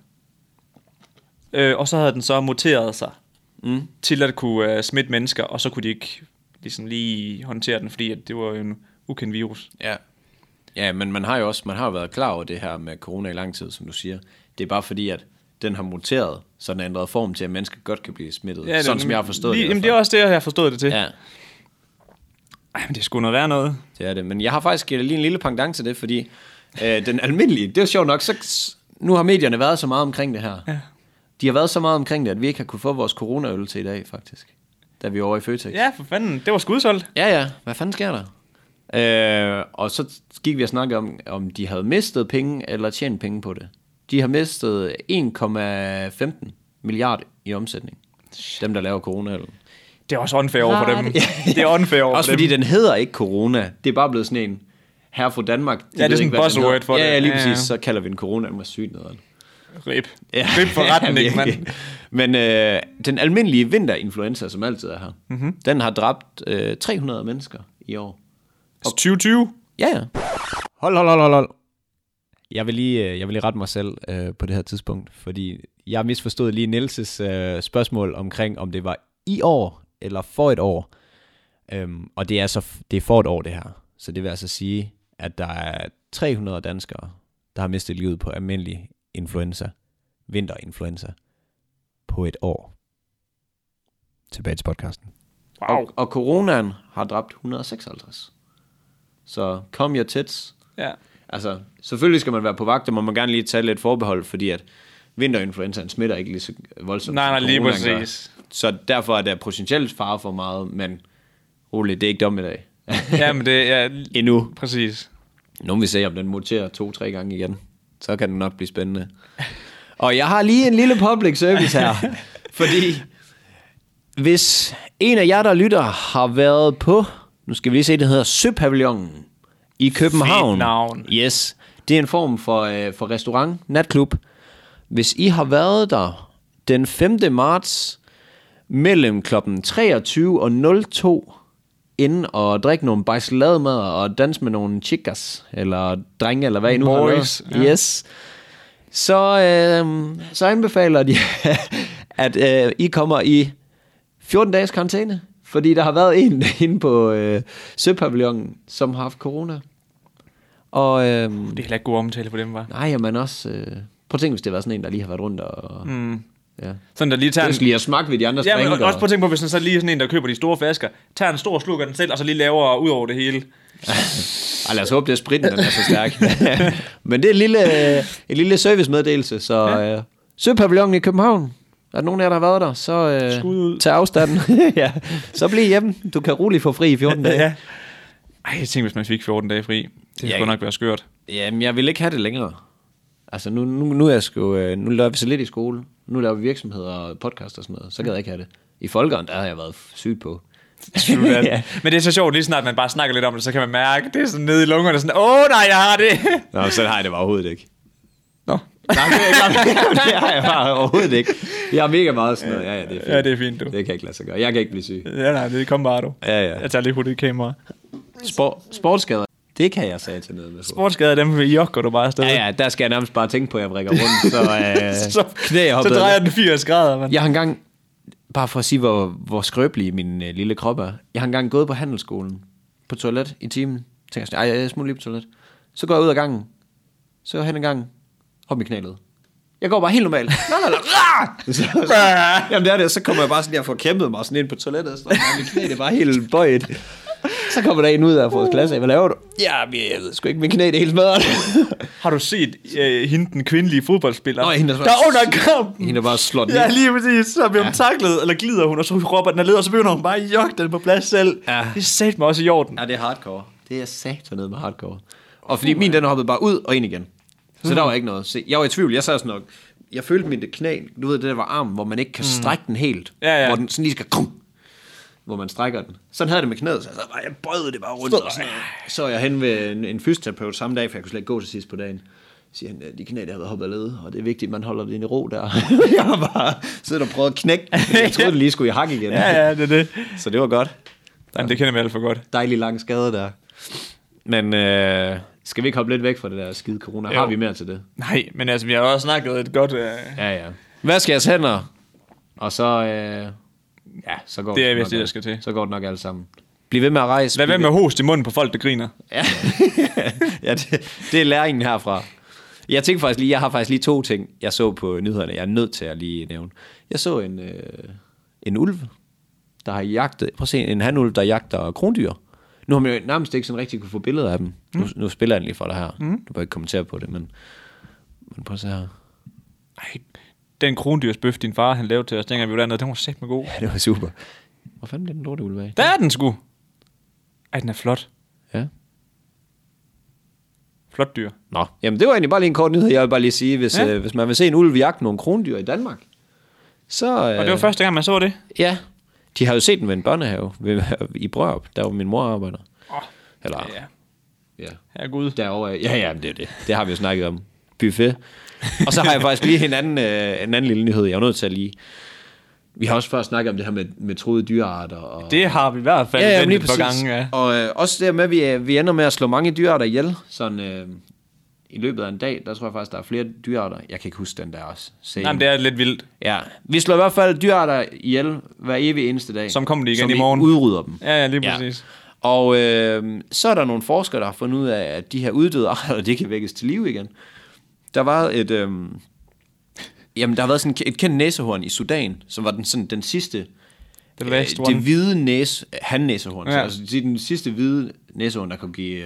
[SPEAKER 2] Og så havde den så muteret sig til at kunne smitte mennesker, og så kunne de ikke ligesom lige håndtere den, fordi at det var jo en ukendt virus.
[SPEAKER 1] Ja, men man har jo været klar over det her med corona i lang tid, som du siger. Det er bare fordi, at den har muteret, så den har ændret form til, at mennesker godt kan blive smittet. Ja, sådan som jeg har forstået det.
[SPEAKER 2] Jamen det er også det, jeg har forstået det til.
[SPEAKER 1] Ja.
[SPEAKER 2] Ej, men det skulle noget være noget.
[SPEAKER 1] Det er det, men jeg har faktisk lige en lille pendant til det, fordi den almindelige, det er jo sjovt nok, nu har medierne været så meget omkring det her.
[SPEAKER 2] Ja.
[SPEAKER 1] De har været så meget omkring det, at vi ikke har kunne få vores coronaøl til i dag, faktisk. Da vi var over i Føtex.
[SPEAKER 2] Ja, for fanden. Det var skudsolgt.
[SPEAKER 1] Ja. Hvad fanden sker der? Og så gik vi og snakkede om de havde mistet penge eller tjent penge på det. De har mistet 1,15 milliarder i omsætning. Dem, der laver coronaøl.
[SPEAKER 2] Det er også unfair over for dem. Det er unfair over
[SPEAKER 1] også
[SPEAKER 2] for dem.
[SPEAKER 1] fordi den hedder ikke corona. Det er bare blevet sådan en her fra Danmark.
[SPEAKER 2] Ja, det er sådan en buzzword for det.
[SPEAKER 1] Ja, lige præcis. Så kalder vi den corona. Den var sygt noget.
[SPEAKER 2] Rip. Rip for retning, mand.
[SPEAKER 1] Men den almindelige vinterinfluenza, som altid er her, den har dræbt 300 mennesker i år.
[SPEAKER 2] Og 2020?
[SPEAKER 1] Ja. Hold. Jeg vil lige rette mig selv på det her tidspunkt, fordi jeg misforstod lige Niels' spørgsmål omkring, om det var i år eller for et år. Og det er for et år, det her. Så det vil altså sige, at der er 300 danskere, der har mistet livet på almindelig influenza, vinterinfluenza, på et år. Tilbage til podcasten.
[SPEAKER 2] Wow.
[SPEAKER 1] Og coronaen har dræbt 156. Så kom your tits.
[SPEAKER 2] Ja.
[SPEAKER 1] Altså, selvfølgelig skal man være på vagt, og man må gerne lige tage lidt forbehold, fordi at vinterinfluenzaen smitter ikke lige så voldsomt.
[SPEAKER 2] Nej, lige præcis.
[SPEAKER 1] Så derfor er der potentielt fare for meget, men roligt, det er ikke dumt i dag.
[SPEAKER 2] Ja, men det er...
[SPEAKER 1] Endnu.
[SPEAKER 2] Præcis.
[SPEAKER 1] Nu vil vi se, om den muterer 2-3 gange igen. Så kan den nok blive spændende. Og jeg har lige en lille public service her. Fordi hvis en af jer, der lytter, har været på, nu skal vi lige se, det hedder Søpavillonen i København.
[SPEAKER 2] Fedt navn.
[SPEAKER 1] Yes. Det er en form for restaurant, natklub. Hvis I har været der den 5. marts mellem klokken 23 og 02 inden og drikke nogle bajsalademad og danse med nogle chicas, eller drenge, eller hvad I nu har lavet.
[SPEAKER 2] Ja.
[SPEAKER 1] Yes. Så anbefaler de, at I kommer i 14 dages karantæne, fordi der har været en inde på Søpavillonen, som har haft corona. Og,
[SPEAKER 2] det er heller ikke god omtale for dem, var.
[SPEAKER 1] Nej, men også... prøv at tænke, hvis det var sådan en, der lige har været rundt og... Ja.
[SPEAKER 2] Sådan der lige tager
[SPEAKER 1] det skal lige at smage ved de andres
[SPEAKER 2] ja, men
[SPEAKER 1] drinker.
[SPEAKER 2] også prøv at tænke på, hvis den så lige sådan en, der køber de store flasker, tager en stor slug af den selv, og så lige laver ud over det hele.
[SPEAKER 1] Lad os håbe, det er spritten, den er så stærk. Men det er en lille servicemeddelelse, så Søpavillonen i København. Er der nogen af jer, der har været der, så tag afstanden. Ja. Så bliv hjemme. Du kan roligt få fri i 14 dage.
[SPEAKER 2] Ja. Ej, jeg tænker, hvis man fik 14 dage fri, det skulle nok være skørt.
[SPEAKER 1] Jamen, jeg vil ikke have det længere. Altså, nu laver vi så lidt i skole. Nu laver vi virksomheder og podcast og sådan noget. Så gad jeg ikke have det. I Folkeren, der har jeg været sygt på.
[SPEAKER 2] Ja. Men det er så sjovt, lige snart man bare snakker lidt om det, så kan man mærke, det er sådan nede i lungerne, sådan, nej, jeg har det.
[SPEAKER 1] Nå, så har jeg det bare overhovedet ikke.
[SPEAKER 2] Nå.
[SPEAKER 1] Nej, det har jeg bare overhovedet ikke. Jeg har mega meget sådan noget. Ja, det er fint.
[SPEAKER 2] Ja, det er fint, du.
[SPEAKER 1] Det kan jeg ikke lade sig gøre. Jeg kan ikke blive syg.
[SPEAKER 2] Ja, nej, det kommer bare, du.
[SPEAKER 1] Ja.
[SPEAKER 2] Jeg tager lige hurtigt kamera.
[SPEAKER 1] Sportsskader, det kan jeg sige til noget med.
[SPEAKER 2] Sportsskader, dem vil jokker du bare afsted.
[SPEAKER 1] Ja, der skal jeg nærmest bare tænke på, at jeg vrikker rundt. Så knæ
[SPEAKER 2] så drejer den 80 grader, mand.
[SPEAKER 1] Jeg har engang, bare for at sige, hvor skrøbelig min lille krop er. Jeg har engang gået på handelsskolen på toilet i timen. Tænker sådan, jeg smutter lige på toilet. Så går jeg ud af gangen. Så går jeg hen ad gangen. Hop i knælet. Jeg går bare helt normalt. Jamen det er det. Så kommer jeg bare sådan, jeg får kæmpet mig sådan ind på toilettet. Så mit knæ, det er bare helt bøjet. Så kommer der en ud af vores klasse. Hvad laver du? Ja, jeg ved sgu ikke, min knæ, det er helt smadret.
[SPEAKER 2] Har du set hende, den kvindelige fodboldspiller?
[SPEAKER 1] Nå, hende,
[SPEAKER 2] der under kampen.
[SPEAKER 1] Hende bare slået ned.
[SPEAKER 2] Ja, lige præcis. Så bliver hun taklet, eller glider hun, og så råber den af led, og så begynder hun bare at jokke den på plads selv. Ja. Det sagde mig også i orden.
[SPEAKER 1] Ja, det er hardcore. Det er satan med hardcore. Og fordi min, den hoppede bare ud og ind igen. Så der var ikke noget. Så jeg var i tvivl. Jeg sad sådan nok. Jeg følte mit knæ, du ved, det der var armen, hvor man ikke kan strække den helt.
[SPEAKER 2] Ja.
[SPEAKER 1] Hvor den sådan lige skal hvor man strækker den. Sådan havde det med knæet, så jeg bøjede det bare rundt. Og sådan. Så var jeg hen ved en fysioterapeut samme dag, for jeg kunne slet ikke gå til sidst på dagen. Så siger han, de knæ, der har været hoppet af led, og det er vigtigt, at man holder det i ro der. Jeg har bare siddet og prøvet at knække. Jeg troede, det lige skulle i hak igen.
[SPEAKER 2] Ja, det er det.
[SPEAKER 1] Så det var godt.
[SPEAKER 2] Jamen, det kender vi alt for godt.
[SPEAKER 1] Dejlig lang skade der. Men skal vi ikke hoppe lidt væk fra det der skide corona? Jo. Har vi mere til det?
[SPEAKER 2] Nej, men altså, vi har også snakket et godt...
[SPEAKER 1] Ja. Vask jeres hænder, og så... så går
[SPEAKER 2] det er vist det, der skal til.
[SPEAKER 1] Så går det nok alt sammen. Bliv ved med at rejse.
[SPEAKER 2] Hvad med host i munden på folk, der griner?
[SPEAKER 1] Ja, det er læringen herfra. Jeg har faktisk lige 2 ting, jeg så på nyhederne, jeg er nødt til at lige nævne. Jeg så en ulv, der har jagtet... Prøv at se, en hanulv, der jagter krondyr. Nu har man jo nærmest ikke sådan rigtig kunne få billeder af dem. Nu spiller jeg den lige for dig her. Du bør ikke kommentere på det, men prøv at se her.
[SPEAKER 2] Ej, den krondyrsbøf, din far han lavede til os, dengang vi var dernede, den var sæt med god.
[SPEAKER 1] Ja, det var super. Hvor fanden er den lorteulv af?
[SPEAKER 2] Der er den sgu. Ej, den er flot.
[SPEAKER 1] Ja.
[SPEAKER 2] Flot dyr.
[SPEAKER 1] Nå, jamen det var egentlig bare lige en kort nyhed. Jeg vil bare lige sige, hvis man vil se en ulv jagte nogle krondyr i Danmark, så...
[SPEAKER 2] Og det var første gang, man så det?
[SPEAKER 1] Ja, de har jo set den ved en børnehave i Brørup, der hvor min mor arbejder. Eller... Ja.
[SPEAKER 2] Herregud.
[SPEAKER 1] Derovre. Ja, det er det. Det har vi jo snakket om. Buffet. Og så har jeg faktisk lige en anden lille nyhed, jeg er nødt til at lige... Vi har også først snakket om det her med truede dyrearter. Og...
[SPEAKER 2] Det har vi i hvert fald
[SPEAKER 1] lige på gangen, ja. Og også det med, at vi ender med at slå mange dyrearter ihjel. Sådan i løbet af en dag, der tror jeg faktisk, der er flere dyrearter. Jeg kan ikke huske den der også.
[SPEAKER 2] Nej, men det er lidt vildt.
[SPEAKER 1] Ja, vi slår i hvert fald dyrearter ihjel hver evig eneste dag.
[SPEAKER 2] Som kommer de igen i morgen.
[SPEAKER 1] Som udrydder dem.
[SPEAKER 2] Ja, lige præcis.
[SPEAKER 1] Ja. Og så er der nogle forskere, der har fundet ud af, at de her uddøde arter, de kan vækkes til live igen. Der var der har været sådan et kendt næsehorn i Sudan, som var den sidste, det hvide handnæsehorn. Ja. Altså den sidste hvide næsehorn, der kunne give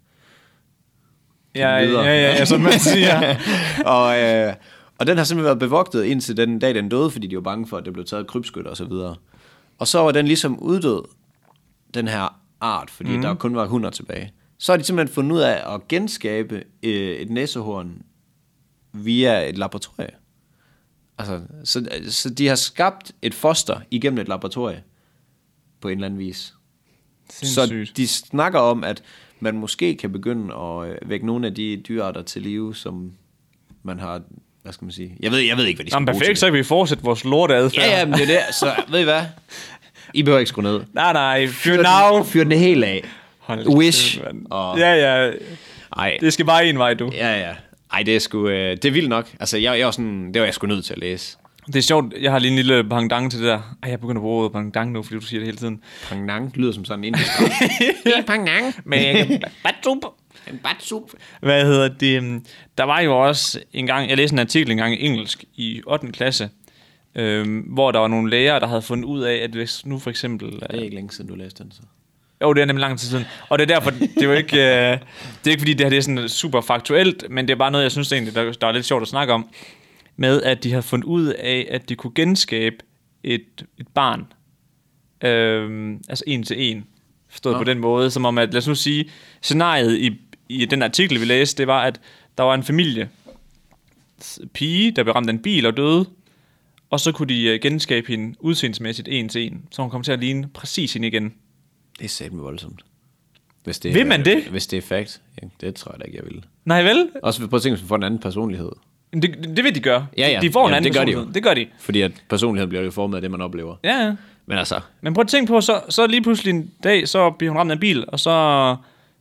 [SPEAKER 2] ja, som man siger.
[SPEAKER 1] og den har simpelthen været bevogtet indtil den dag, den døde, fordi de var bange for, at det blev taget af krybskytter og så videre. Og så var den ligesom uddød, den her art, fordi der kun var 100 tilbage. Så har de simpelthen fundet ud af at genskabe et næsehorn via et laboratorie. Altså, så de har skabt et foster igennem et laboratorie på en eller anden vis.
[SPEAKER 2] Sindssygt.
[SPEAKER 1] Så de snakker om, at man måske kan begynde at vække nogle af de dyrearter til live, som man har, hvad skal man sige? Jeg ved ikke, hvad de skal bruge til.
[SPEAKER 2] Perfekt, så kan vi fortsætte vores lorteadfærd.
[SPEAKER 1] Ja, men det er det. Så ved I hvad? I behøver ikke skrue ned.
[SPEAKER 2] Nej,
[SPEAKER 1] fyr den helt af. Wish.
[SPEAKER 2] Ja.
[SPEAKER 1] Ej.
[SPEAKER 2] Det skal bare en vej, du.
[SPEAKER 1] Ja. Ej, det er sgu, det er vildt nok. Altså, jeg var sådan, det var jeg sgu nødt til at læse.
[SPEAKER 2] Det er sjovt, jeg har lige en lille pendant til det der. Ej, jeg begynder at bruge ordet pendant nu, fordi du siger det hele tiden.
[SPEAKER 1] Pendant lyder som sådan en indisk. Pendant.
[SPEAKER 2] Men
[SPEAKER 1] batsup.
[SPEAKER 2] Hvad hedder det? Der var jo også en gang, jeg læste en artikel engang i engelsk i 8. klasse, hvor der var nogle lærere, der havde fundet ud af, at hvis nu for eksempel...
[SPEAKER 1] Det er ikke længe siden, du læste den, så.
[SPEAKER 2] Jo, det er nemlig lang tid siden. Og det er derfor, det er jo ikke, det er ikke fordi, det her det er sådan super faktuelt, men det er bare noget, jeg synes egentlig, der er lidt sjovt at snakke om, med at de har fundet ud af, at de kunne genskabe et barn, altså en til en, forstået på den måde, som om at, lad os nu sige, scenariet i den artikel, vi læste, det var, at der var en familie, pige, der blev ramt af en bil og døde, og så kunne de genskabe hende udseendsmæssigt en til en, så hun kom til at ligne præcis hende igen.
[SPEAKER 1] Det er satme voldsomt.
[SPEAKER 2] Vil man det?
[SPEAKER 1] Hvis det er fact, ja, det tror jeg da ikke, jeg vil.
[SPEAKER 2] Nej vel?
[SPEAKER 1] Også prøv at tænke, hvis man får en anden personlighed.
[SPEAKER 2] Det vil de gøre.
[SPEAKER 1] Ja.
[SPEAKER 2] De får en anden personlighed. Det gør de.
[SPEAKER 1] Fordi at personligheden bliver jo formet af det, man oplever.
[SPEAKER 2] Ja.
[SPEAKER 1] Men altså...
[SPEAKER 2] Men prøv at tænke på, så lige pludselig en dag, så bliver hun ramt af en bil, og så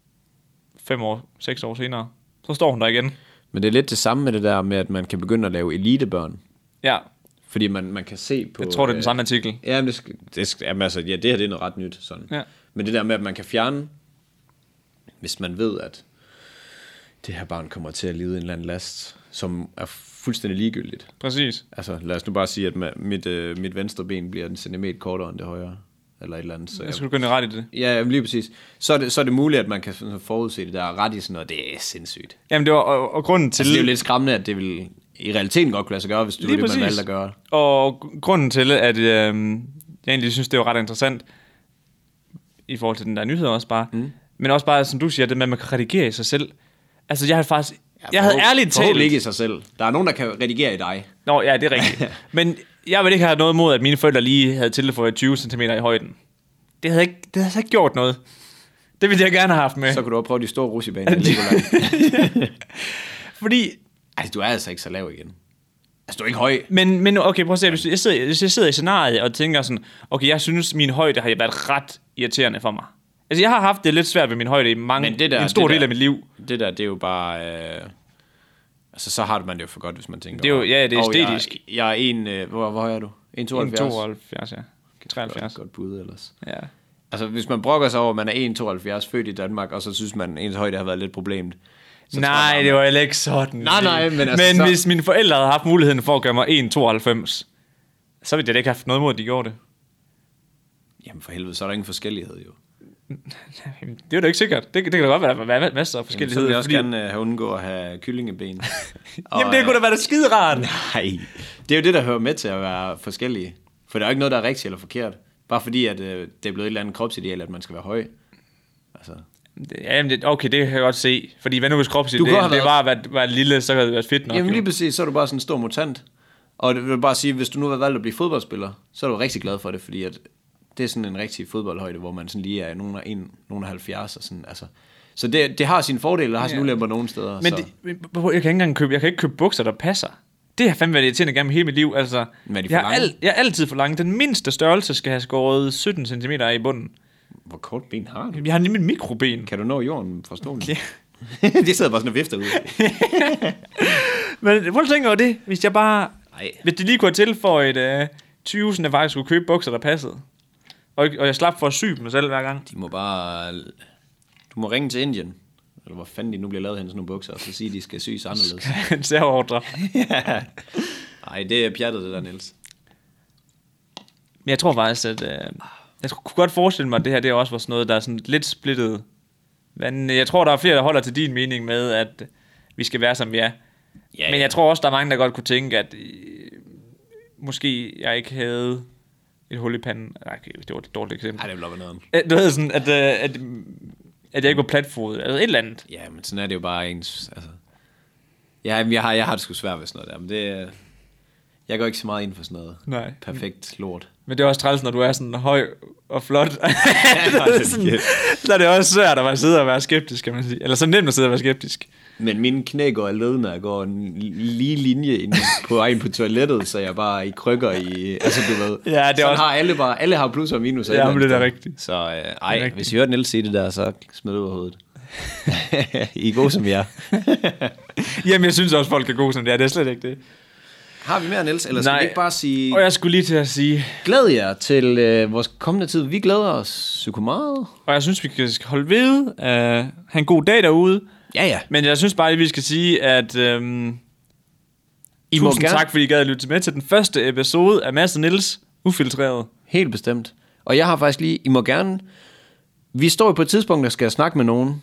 [SPEAKER 2] 6 år senere, så står hun der igen. Men
[SPEAKER 1] det er lidt det samme med det der med, at man kan begynde at lave elitebørn.
[SPEAKER 2] Ja.
[SPEAKER 1] Fordi man kan se på...
[SPEAKER 2] Jeg tror, det er den samme artikel.
[SPEAKER 1] Ja, men det her det er noget ret nyt. Sådan. Ja. Men det der med, at man kan fjerne, hvis man ved, at det her barn kommer til at lide en eller anden last, som er fuldstændig ligegyldigt.
[SPEAKER 2] Præcis.
[SPEAKER 1] Altså, lad os nu bare sige, at mit venstre ben bliver en centimeter kortere end det højre. Eller et eller andet. Så
[SPEAKER 2] jeg skulle gå ret i det.
[SPEAKER 1] Ja, lige præcis. Så er det muligt, at man kan forudse det der ret i sådan noget. Det er sindssygt.
[SPEAKER 2] Jamen, det var og grunden til...
[SPEAKER 1] Altså, det er jo lidt skræmmende, at det vil i realiteten godt kunne lade sig gøre, hvis du det, man valgte at gøre.
[SPEAKER 2] Og grunden til, at jeg egentlig synes, det var ret interessant, i forhold til den der nyhed også bare, men også bare, som du siger, det med, at man kan redigere i sig selv. Altså, jeg havde ærligt talt...
[SPEAKER 1] ikke i sig selv. Der er nogen, der kan redigere i dig.
[SPEAKER 2] Nå, ja, det er rigtigt. Men jeg ville ikke have noget imod, at mine forældre lige havde tilføjet 20 cm i højden. Det havde ikke gjort noget. Det ville jeg gerne have haft med.
[SPEAKER 1] Så kunne du også prøve de store rutsjebaner i Legoland.
[SPEAKER 2] Fordi...
[SPEAKER 1] Altså, du er altså ikke så lav igen. Altså, du er ikke høj.
[SPEAKER 2] Men okay, prøv at se. Hvis jeg sidder i scenariet og tænker sådan, okay, jeg synes, min højde har været ret irriterende for mig. Altså, jeg har haft det lidt svært ved min højde i en stor del af mit liv.
[SPEAKER 1] Det der, det er jo bare... altså, så har man det jo for godt, hvis man tænker...
[SPEAKER 2] Det er jo, ja, det er æstetisk.
[SPEAKER 1] Jeg er en... hvor høj er du? 1,72?
[SPEAKER 2] 1,72, ja. 73.
[SPEAKER 1] Godt bud ellers.
[SPEAKER 2] Ja.
[SPEAKER 1] Altså, hvis man brokker sig over, at man er 1,72 født i Danmark, og så synes man, ens højde har været lidt problemet.
[SPEAKER 2] Nej, det var heller ikke sådan.
[SPEAKER 1] Nej, men altså...
[SPEAKER 2] Men hvis mine forældre havde haft muligheden for at gøre mig 1,92, så ville jeg da ikke have haft noget mod, at de gjorde det.
[SPEAKER 1] Jamen for helvede, så er der ingen forskellighed jo.
[SPEAKER 2] Det er jo da ikke sikkert. Det kan da godt være masser af forskellige.
[SPEAKER 1] Så vil jeg også gerne have undgå at have kyllingeben.
[SPEAKER 2] Jamen det kunne da være da skide rart.
[SPEAKER 1] Nej, det er jo det, der hører med til at være forskellige. For der er jo ikke noget, der er rigtigt eller forkert. Bare fordi, at det er blevet et eller andet kropsideal, at man skal være høj. Altså.
[SPEAKER 2] Okay, det kan jeg godt se. Fordi hvad nu hvis kropsideal, det var at være lille, så havde det været fedt nok.
[SPEAKER 1] Jamen lige præcis, så er du bare sådan en stor mutant. Og det vil bare sige, hvis du nu har valgt at blive fodboldspiller, så er du rigtig glad for det, fordi at det er sådan en rigtig fodboldhøjde, hvor man sådan lige er nogen af 70 og sådan, altså. Så det har sine fordele, og har sine ulemper nogle steder.
[SPEAKER 2] Men jeg kan ikke købe bukser, der passer. Det har fandme været irriterende gennem hele mit liv, altså. Jeg har altid for langt. Den mindste størrelse skal have skåret 17 cm af i bunden.
[SPEAKER 1] Hvor kort ben har du?
[SPEAKER 2] Jeg har nemlig mikroben.
[SPEAKER 1] Kan du nå jorden forståeligt? Ja. Det sidder bare sådan og vifter ud.
[SPEAKER 2] Men prøv at tænke over det, hvis jeg bare... Hvis det lige kunne til for et 20'erne, jeg faktisk skulle købe bukser, der passede. Og jeg slap for at sy mig selv hver gang.
[SPEAKER 1] De må bare... Du må ringe til Indien, eller hvor fanden de nu bliver lavet hen sådan nogle bukser, og så sige, at de skal syes anderledes.
[SPEAKER 2] En særordre.
[SPEAKER 1] Ja. Ej, det er pjattet det der, Niels.
[SPEAKER 2] Men jeg tror faktisk, at... jeg kunne godt forestille mig, at det her det også var sådan noget, der er sådan lidt splittet. Men jeg tror, der er flere, der holder til din mening med, at vi skal være, som vi er. Ja. Men jeg tror også, der er mange, der godt kunne tænke, at måske jeg ikke havde et hul i panden. Nej, det var et dårligt eksempel.
[SPEAKER 1] Nej, det ville noget.
[SPEAKER 2] Du ved sådan, at jeg ikke var platfodet, altså et eller andet.
[SPEAKER 1] Ja, men sådan er det jo bare ens, altså. Ja, jeg har det sgu svært ved sådan noget der, men det... Jeg går ikke så meget ind for sådan noget. Nej. Perfekt lort.
[SPEAKER 2] Men det er også træls, når du er sådan høj og flot. Så er det også svært at sidde og være skeptisk, kan man sige. Eller så nemt at sidde og være skeptisk.
[SPEAKER 1] Men mine knæ går af led, når jeg går en lige linje ind på toilettet, så jeg bare i krykker i... Altså, du ved. Ja, det er også... har alle har plus og minus.
[SPEAKER 2] Ja, men det er da rigtigt.
[SPEAKER 1] Så hvis I hørte Niels sige det der, så smid det ud af hovedet. I er gode, som jeg er.
[SPEAKER 2] Jamen, jeg synes også, folk er gode, som det er. Det er slet ikke det.
[SPEAKER 1] Har vi mere, Niels? Eller skal vi ikke bare sige...
[SPEAKER 2] Og jeg skulle lige til at sige...
[SPEAKER 1] Glæd jer til vores kommende tid. Vi glæder os super meget.
[SPEAKER 2] Og jeg synes, vi skal holde ved. Have en god dag derude.
[SPEAKER 1] Ja.
[SPEAKER 2] Men jeg synes bare, at vi skal sige, at... tusind tak, fordi I gad at lytte med til den første episode af Mads og Niels Ufiltreret.
[SPEAKER 1] Helt bestemt. Og jeg har faktisk lige... I må gerne... Vi står jo på et tidspunkt, der skal snakke med nogen...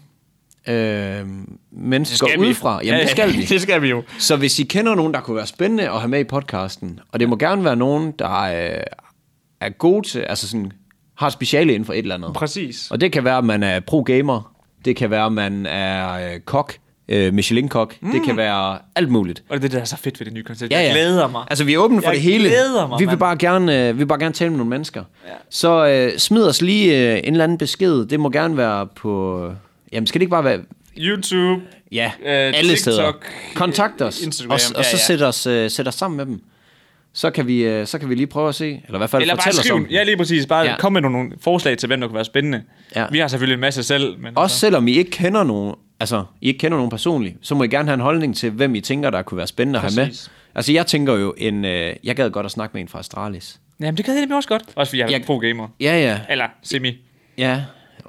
[SPEAKER 1] mennesker udefra. Jamen det skal vi.
[SPEAKER 2] Det skal vi jo.
[SPEAKER 1] Så hvis I kender nogen, der kunne være spændende at have med i podcasten, og det må gerne være nogen, der er gode til, altså sådan, har et speciale inden for et eller andet.
[SPEAKER 2] Præcis.
[SPEAKER 1] Og det kan være, at man er pro-gamer. Det kan være, at man er kok. Michelin-kok. Det kan være alt muligt.
[SPEAKER 2] Og det der er så fedt ved det nye koncept. Jeg glæder mig.
[SPEAKER 1] Altså vi er åbne for det hele. Vi vil bare gerne tale med nogle mennesker. Ja. Så smid os lige en eller anden besked. Det må gerne være på... Jamen skal det ikke bare være...
[SPEAKER 2] YouTube.
[SPEAKER 1] Ja, alle TikTok, steder. Kontakt os.
[SPEAKER 2] Instagram.
[SPEAKER 1] Og så sæt os sammen med dem. Så kan vi lige prøve at se. Eller i hvert fald fortælle os om.
[SPEAKER 2] Ja, lige præcis. Bare kom med nogle forslag til, hvem der kunne være spændende. Ja. Vi har selvfølgelig en masse selv. Men
[SPEAKER 1] også selvom I ikke kender nogen... Altså, I ikke kender nogen personligt, så må I gerne have en holdning til, hvem I tænker, der kunne være spændende at have med. Altså, jeg tænker jo, jeg gad godt at snakke med en fra Astralis.
[SPEAKER 2] Jamen, det gad jeg også godt. Også fordi jeg er pro-gamer.
[SPEAKER 1] Ja.
[SPEAKER 2] Eller semi.
[SPEAKER 1] Ja.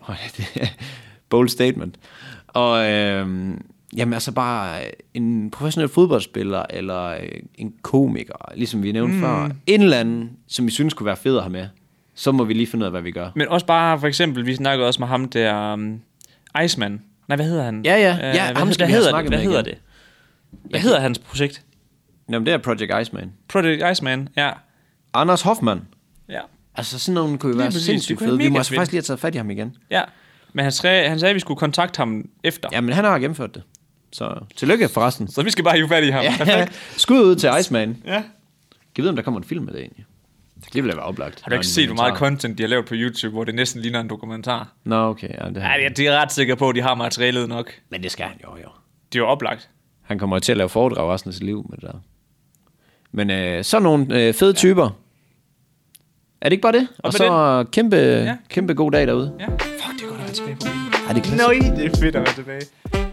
[SPEAKER 1] Bold statement. Og jamen altså bare en professionel fodboldspiller, eller en komiker, ligesom vi nævnte før. En eller anden, som I synes kunne være fed at have med. Så må vi lige finde ud af, hvad vi gør.
[SPEAKER 2] Men også bare, for eksempel, vi snakkede også med ham der, Iceman. Nej, hvad hedder han?
[SPEAKER 1] Ja, ham skal vi have snakket med igen.
[SPEAKER 2] Hvad hedder det? Hvad hedder hans projekt?
[SPEAKER 1] Jamen, det er Project Iceman.
[SPEAKER 2] Project Iceman, ja.
[SPEAKER 1] Anders Hoffmann.
[SPEAKER 2] Ja.
[SPEAKER 1] Altså, sådan nogen kunne jo være sindssygt fede. Vi må altså faktisk lige have taget fat i ham igen.
[SPEAKER 2] Ja, men han sagde, at vi skulle kontakte ham efter.
[SPEAKER 1] Ja, men han har gennemført det. Så tillykke forresten.
[SPEAKER 2] Så vi skal bare hive fat i ham.
[SPEAKER 1] Ja. Skud ud til Iceman. Ja. Kan vide, om der kommer en film med det egentlig? Det ville være oplagt.
[SPEAKER 2] Har du ikke set, hvor meget content de har lavet på YouTube, hvor det næsten ligner en dokumentar?
[SPEAKER 1] Nå, okay. Ja,
[SPEAKER 2] det er ret sikker på, at de har materialet nok.
[SPEAKER 1] Men det skal han jo.
[SPEAKER 2] Det er jo oplagt.
[SPEAKER 1] Han kommer til at lave foredrag resten af sit liv med det der. Men så nogle fede typer. Er det ikke bare det? Og så kæmpe god dag derude.
[SPEAKER 2] Ja. Fuck, det er godt at være tilbage på bilen.
[SPEAKER 1] Ja, det er klasse.
[SPEAKER 2] Det er fedt at være tilbage.